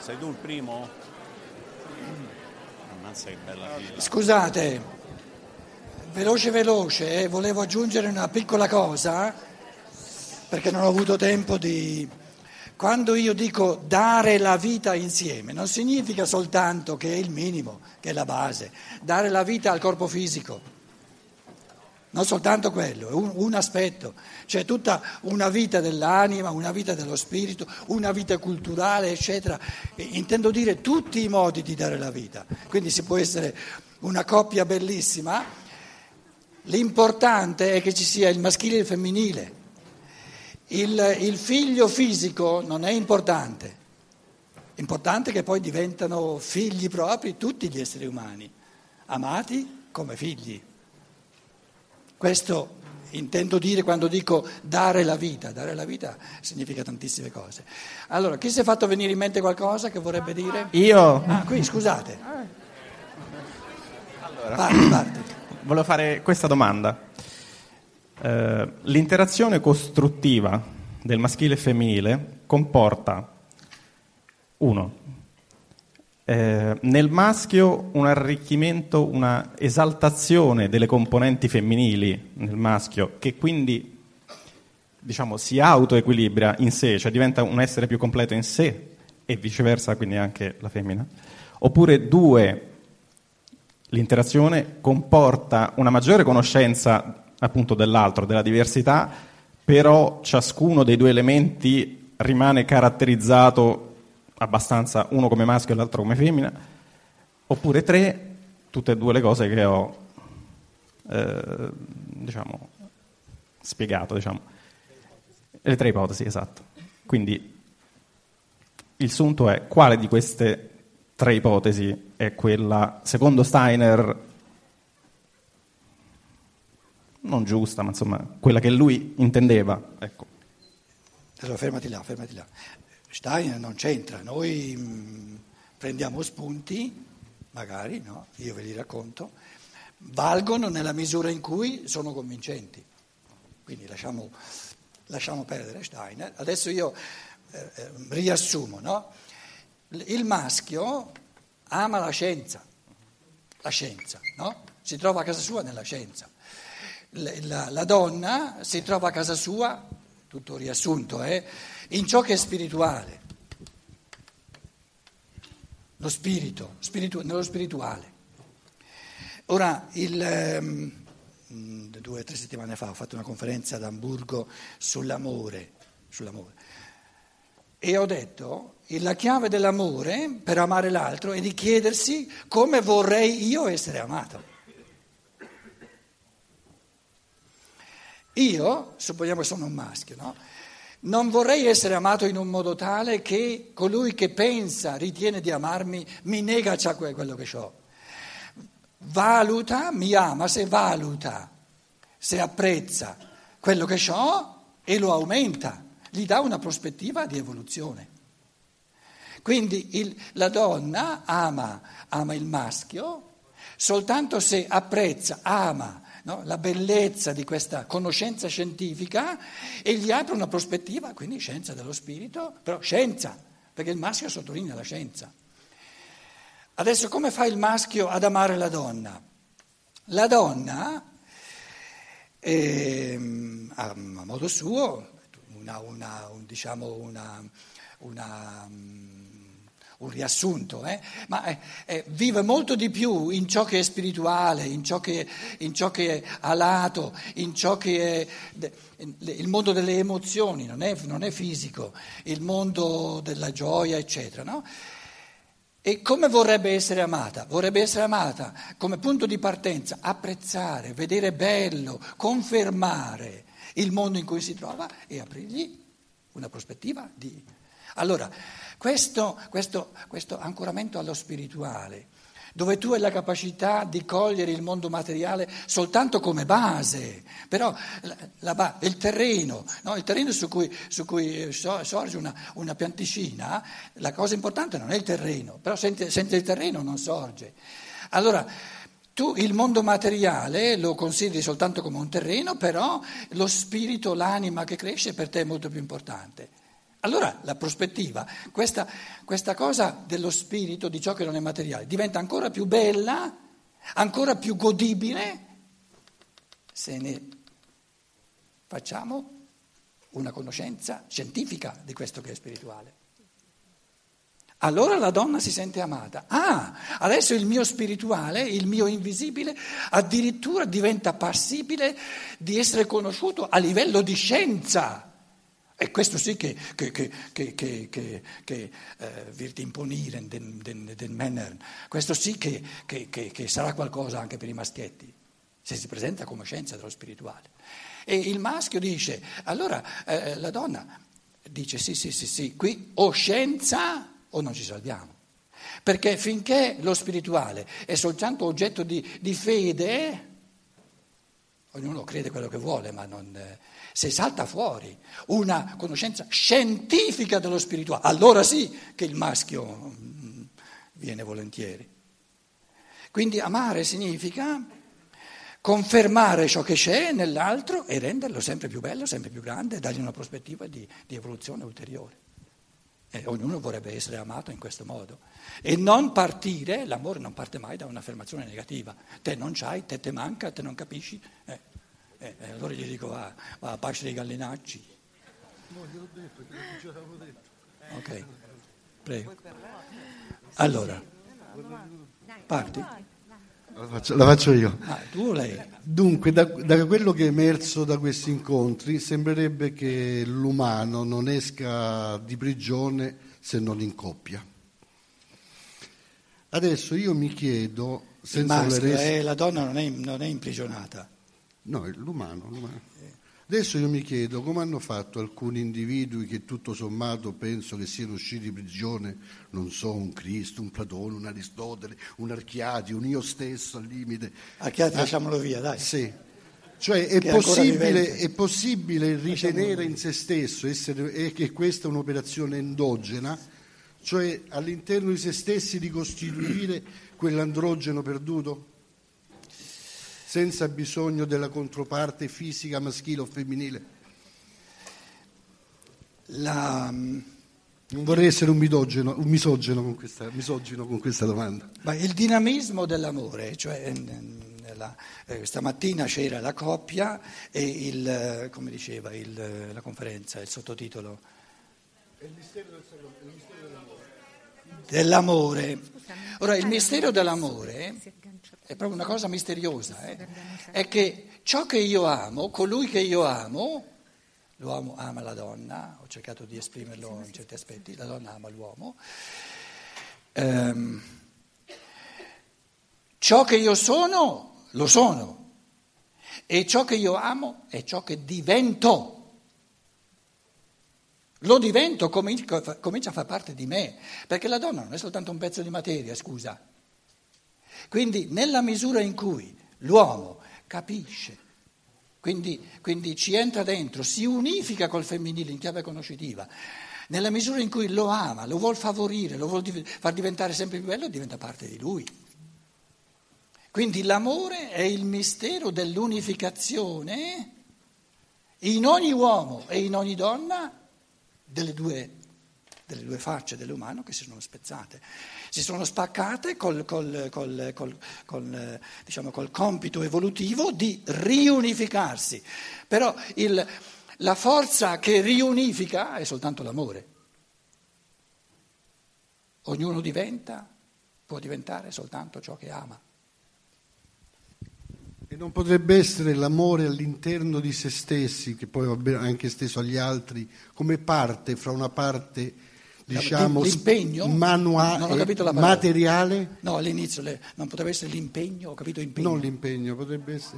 Sei tu il primo? Ammazza che bella fila. Scusate, veloce, volevo aggiungere una piccola cosa, perché non ho avuto tempo di... Quando io dico dare la vita insieme, non significa soltanto che è il minimo, che è la base, dare la vita al corpo fisico. Non soltanto quello, è un aspetto, c'è tutta una vita dell'anima, una vita dello spirito, una vita culturale, eccetera. E intendo dire tutti i modi di dare la vita. Quindi si può essere una coppia bellissima, l'importante è che ci sia il maschile e il femminile. Il figlio fisico non è importante, importante che poi diventano figli propri tutti gli esseri umani, amati come figli. Questo intendo dire quando dico dare la vita significa tantissime cose. Allora, chi si è fatto venire in mente qualcosa che vorrebbe dire? Io? Ah, qui, scusate. Allora, Parti. volevo fare questa domanda. L'interazione costruttiva del maschile e femminile comporta, uno, nel maschio un arricchimento, una esaltazione delle componenti femminili nel maschio, che quindi diciamo si autoequilibra in sé, cioè diventa un essere più completo in sé, e viceversa quindi anche la femmina. Oppure due, l'interazione comporta una maggiore conoscenza appunto dell'altro, della diversità, però ciascuno dei due elementi rimane caratterizzato abbastanza, uno come maschio e l'altro come femmina. Oppure tre, tutte e due le cose che ho diciamo spiegato, diciamo. Le tre ipotesi, esatto. Quindi il sunto è: quale di queste tre ipotesi è quella, secondo Steiner, non giusta, ma insomma quella che lui intendeva, ecco. Allora, fermati là. Steiner non c'entra, noi prendiamo spunti, magari, no? Io ve li racconto, valgono nella misura in cui sono convincenti. Quindi lasciamo perdere Steiner. Adesso io riassumo, no? Il maschio ama la scienza, no? Si trova a casa sua nella scienza. La donna si trova a casa sua, tutto riassunto, in ciò che è spirituale, lo spirito, nello spirituale. Ora, 2 o 3 settimane fa ho fatto una conferenza ad Amburgo sull'amore, e ho detto la chiave dell'amore per amare l'altro è di chiedersi come vorrei io essere amato. Io, supponiamo che sono un maschio, no? Non vorrei essere amato in un modo tale che colui che pensa, ritiene di amarmi, mi nega già quello che ho. Valuta, mi ama se valuta, se apprezza quello che ho e lo aumenta, gli dà una prospettiva di evoluzione. Quindi la donna ama il maschio soltanto se apprezza, ama, no? La bellezza di questa conoscenza scientifica e gli apre una prospettiva, quindi scienza dello spirito, però scienza, perché il maschio sottolinea la scienza. Adesso come fa il maschio ad amare la donna? La donna, a modo suo, un riassunto, ma vive molto di più in ciò che è spirituale, in ciò che è alato, in ciò che è il mondo delle emozioni, non è fisico, il mondo della gioia, eccetera, no? E come vorrebbe essere amata? Vorrebbe essere amata come punto di partenza, apprezzare, vedere bello, confermare il mondo in cui si trova e aprirgli una prospettiva di... Allora, questo ancoramento allo spirituale, dove tu hai la capacità di cogliere il mondo materiale soltanto come base, però il terreno, no? Il terreno su cui sorge una pianticina, la cosa importante non è il terreno, però senza il terreno non sorge. Allora, tu il mondo materiale lo consideri soltanto come un terreno, però lo spirito, l'anima che cresce per te è molto più importante. Allora la prospettiva, questa cosa dello spirito, di ciò che non è materiale, diventa ancora più bella, ancora più godibile se ne facciamo una conoscenza scientifica di questo che è spirituale. Allora la donna si sente amata. Ah, adesso il mio spirituale, il mio invisibile, addirittura diventa passibile di essere conosciuto a livello di scienza. E questo sì che wird imponieren den Männern, questo sì che sarà qualcosa anche per i maschietti, se si presenta come scienza dello spirituale. E il maschio dice, allora la donna dice sì, qui o scienza o non ci salviamo. Perché finché lo spirituale è soltanto oggetto di fede, ognuno crede quello che vuole, ma non, se salta fuori una conoscenza scientifica dello spirituale, allora sì che il maschio viene volentieri. Quindi amare significa confermare ciò che c'è nell'altro e renderlo sempre più bello, sempre più grande, dargli una prospettiva di evoluzione ulteriore. E ognuno vorrebbe essere amato in questo modo. E non partire, l'amore non parte mai da un'affermazione negativa. Te non c'hai, te manca, te non capisci. Allora gli dico, va a pascere i gallinacci. No, gliel'ho detto, già l'avevo detto. Ok, prego. Allora, parti? La faccio io. Tu o lei? Dunque, da quello che è emerso da questi incontri, sembrerebbe che l'umano non esca di prigione se non in coppia. Adesso io mi chiedo, senza Il maschio, voler la donna non è imprigionata. No, l'umano. Adesso io mi chiedo come hanno fatto alcuni individui che tutto sommato penso che siano usciti di prigione, non so, un Cristo, un Platone, un Aristotele, un Archiati, un io stesso al limite. Archiati lasciamolo via, dai. Sì, cioè è possibile ritenere in se stesso e che questa è un'operazione endogena, cioè all'interno di se stessi ricostituire quell'androgeno perduto? Senza bisogno della controparte fisica maschile o femminile? Non vorrei essere un misogino con questa domanda. Ma il dinamismo dell'amore, cioè stamattina c'era la coppia e come diceva la conferenza, il sottotitolo? È il mistero dell'amore. Ora, il mistero dell'amore è proprio una cosa misteriosa, è che ciò che io amo, colui che io amo, l'uomo ama la donna, ho cercato di esprimerlo in certi aspetti, la donna ama l'uomo, ciò che io sono, lo sono, e ciò che io amo è ciò che divento. Lo divento, comincia a far parte di me, perché la donna non è soltanto un pezzo di materia, scusa. Quindi nella misura in cui l'uomo capisce, quindi ci entra dentro, si unifica col femminile in chiave conoscitiva, nella misura in cui lo ama, lo vuol favorire, lo vuol far diventare sempre più bello, diventa parte di lui. Quindi l'amore è il mistero dell'unificazione in ogni uomo e in ogni donna delle due facce dell'umano che si sono spezzate, si sono spaccate col compito evolutivo di riunificarsi. Però la forza che riunifica è soltanto l'amore. Ognuno può diventare soltanto ciò che ama. E non potrebbe essere l'amore all'interno di se stessi, che poi va bene anche esteso agli altri, come parte fra una parte, diciamo, l'impegno? manuale, non ho capito la parola. materiale? No, all'inizio non potrebbe essere l'impegno, ho capito impegno. Non l'impegno, potrebbe essere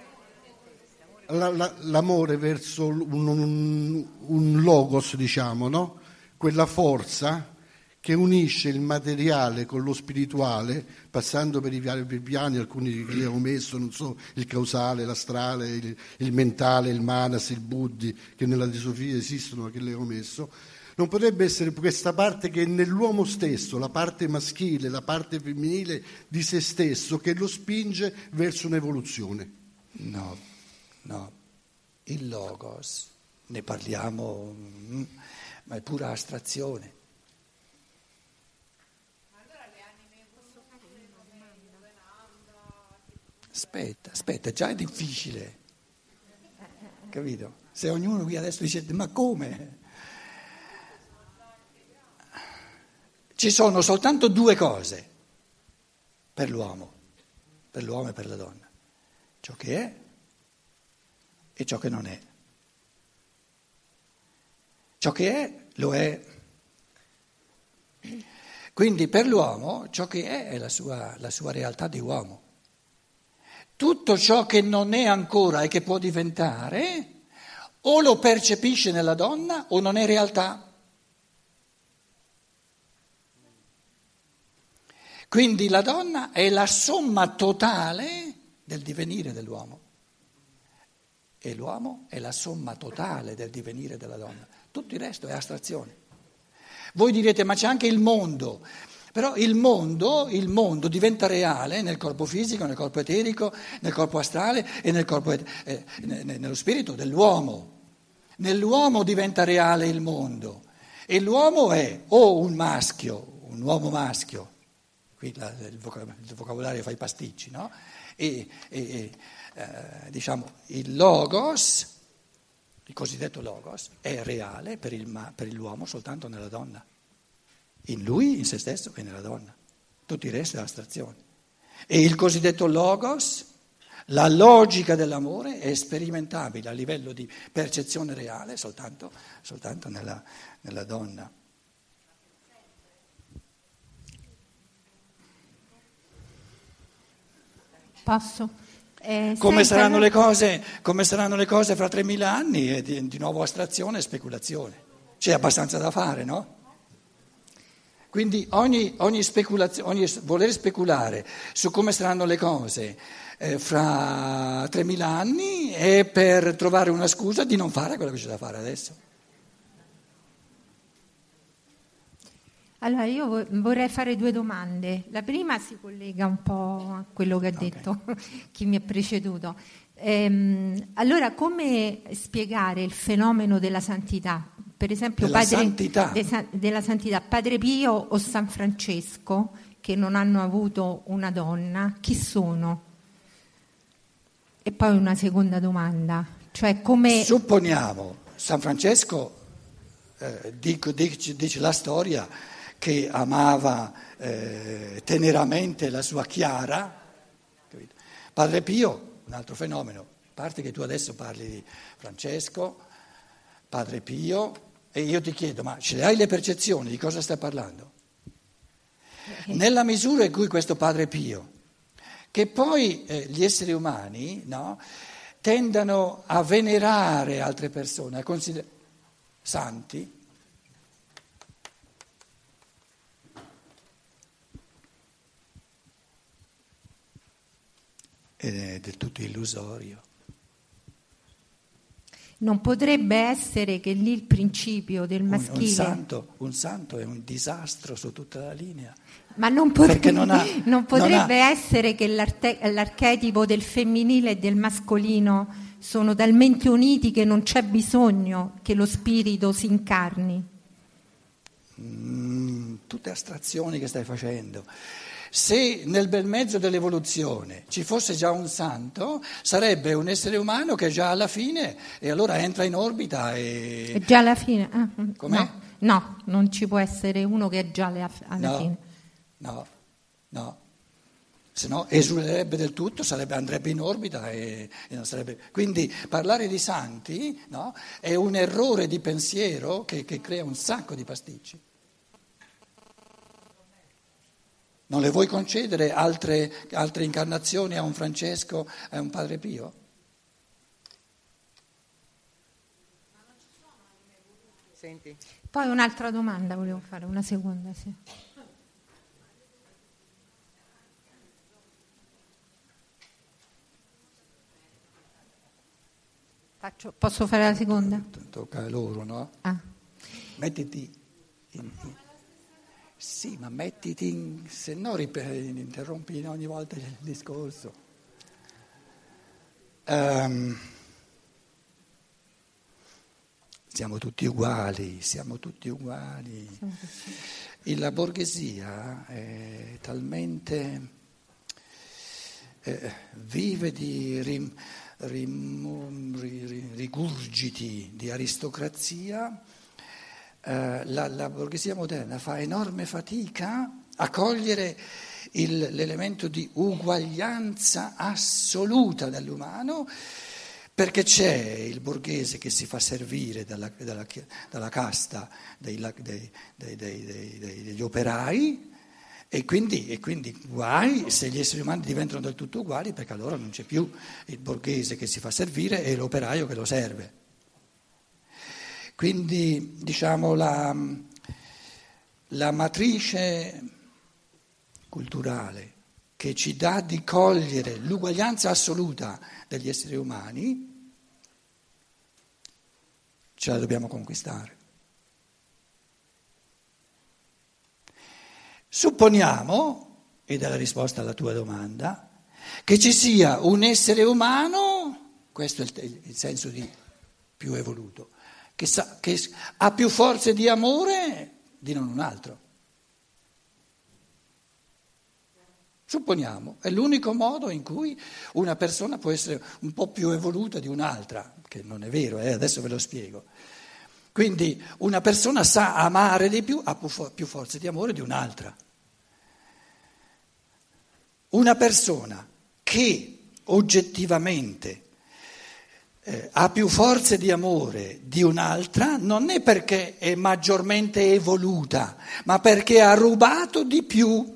l'amore verso un logos, diciamo, no? Quella forza che unisce il materiale con lo spirituale, passando per i piani, alcuni che le ho messo, non so, il causale, l'astrale, il mentale, il manas, il buddhi, che nella teosofia esistono, ma che le ho messo. Non potrebbe essere questa parte che è nell'uomo stesso, la parte maschile, la parte femminile di se stesso, che lo spinge verso un'evoluzione. No, il logos, ne parliamo ma è pura astrazione. Aspetta, già è difficile, capito? Se ognuno qui adesso dice, ma come? Ci sono soltanto due cose per l'uomo e per la donna, ciò che è e ciò che non è. Ciò che è, lo è. Quindi per l'uomo ciò che è la sua realtà di uomo. Tutto ciò che non è ancora e che può diventare, o lo percepisce nella donna o non è realtà. Quindi la donna è la somma totale del divenire dell'uomo e l'uomo è la somma totale del divenire della donna. Tutto il resto è astrazione. Voi direte, ma c'è anche il mondo. Però il mondo diventa reale nel corpo fisico, nel corpo eterico, nel corpo astrale e nello spirito dell'uomo. Nell'uomo diventa reale il mondo e l'uomo è o un maschio, un uomo maschio, qui il vocabolario fa i pasticci, no? Diciamo il logos, il cosiddetto logos, è reale per l'uomo soltanto nella donna. In lui, in se stesso e nella donna. Tutto il resto è astrazione. E il cosiddetto logos, la logica dell'amore, è sperimentabile a livello di percezione reale soltanto nella donna. Posso? Come saranno le cose fra 3.000 anni? È di nuovo astrazione e speculazione. C'è abbastanza da fare, no? Quindi ogni voler speculare su come saranno le cose fra 3.000 anni è per trovare una scusa di non fare quello che c'è da fare adesso. Allora, io vorrei fare due domande. La prima si collega un po' a quello che ha detto chi mi ha preceduto. Allora, come spiegare il fenomeno della santità? Per esempio, della santità, Padre Pio o San Francesco, che non hanno avuto una donna, chi sono? E poi una seconda domanda, cioè come... Supponiamo, San Francesco, dice la storia, che amava teneramente la sua Chiara. Capito? Padre Pio, un altro fenomeno, a parte che tu adesso parli di Francesco, Padre Pio, e io ti chiedo, ma ce le hai le percezioni di cosa stai parlando? Nella misura in cui questo Padre Pio, che poi gli esseri umani, no, tendano a venerare altre persone, a considerare santi, è del tutto illusorio. Non potrebbe essere che lì il principio del maschile... Un santo è un disastro su tutta la linea. Ma non potrebbe essere che l'archetipo del femminile e del mascolino sono talmente uniti che non c'è bisogno che lo spirito si incarni? Tutte astrazioni che stai facendo. Se nel bel mezzo dell'evoluzione ci fosse già un santo, sarebbe un essere umano che è già alla fine e allora entra in orbita e... È già alla fine? Com'è? No, non ci può essere uno che è già alla fine. No. Se no esulerebbe del tutto, andrebbe in orbita e non sarebbe... Quindi parlare di santi, no, è un errore di pensiero che crea un sacco di pasticci. Non le vuoi concedere altre incarnazioni a un Francesco e a un Padre Pio? Senti. Poi un'altra domanda volevo fare, una seconda, sì. Posso fare la seconda? Tocca a loro, no? Mettiti in... Sì, ma mettiti in... se no interrompi ogni volta il discorso. Siamo tutti uguali, siamo tutti uguali. E la borghesia è talmente vive di rigurgiti di aristocrazia. La borghesia moderna fa enorme fatica a cogliere l'elemento di uguaglianza assoluta dell'umano, perché c'è il borghese che si fa servire dalla casta degli operai e quindi guai se gli esseri umani diventano del tutto uguali, perché allora non c'è più il borghese che si fa servire e l'operaio che lo serve. Quindi diciamo la matrice culturale che ci dà di cogliere l'uguaglianza assoluta degli esseri umani, ce la dobbiamo conquistare. Supponiamo, ed è la risposta alla tua domanda, che ci sia un essere umano, questo è il senso di più evoluto, che ha più forze di amore di non un altro. Supponiamo, è l'unico modo in cui una persona può essere un po' più evoluta di un'altra, che non è vero, adesso ve lo spiego. Quindi una persona sa amare di più, ha più forze di amore di un'altra. Una persona che oggettivamente ha più forze di amore di un'altra non è perché è maggiormente evoluta, ma perché ha rubato di più.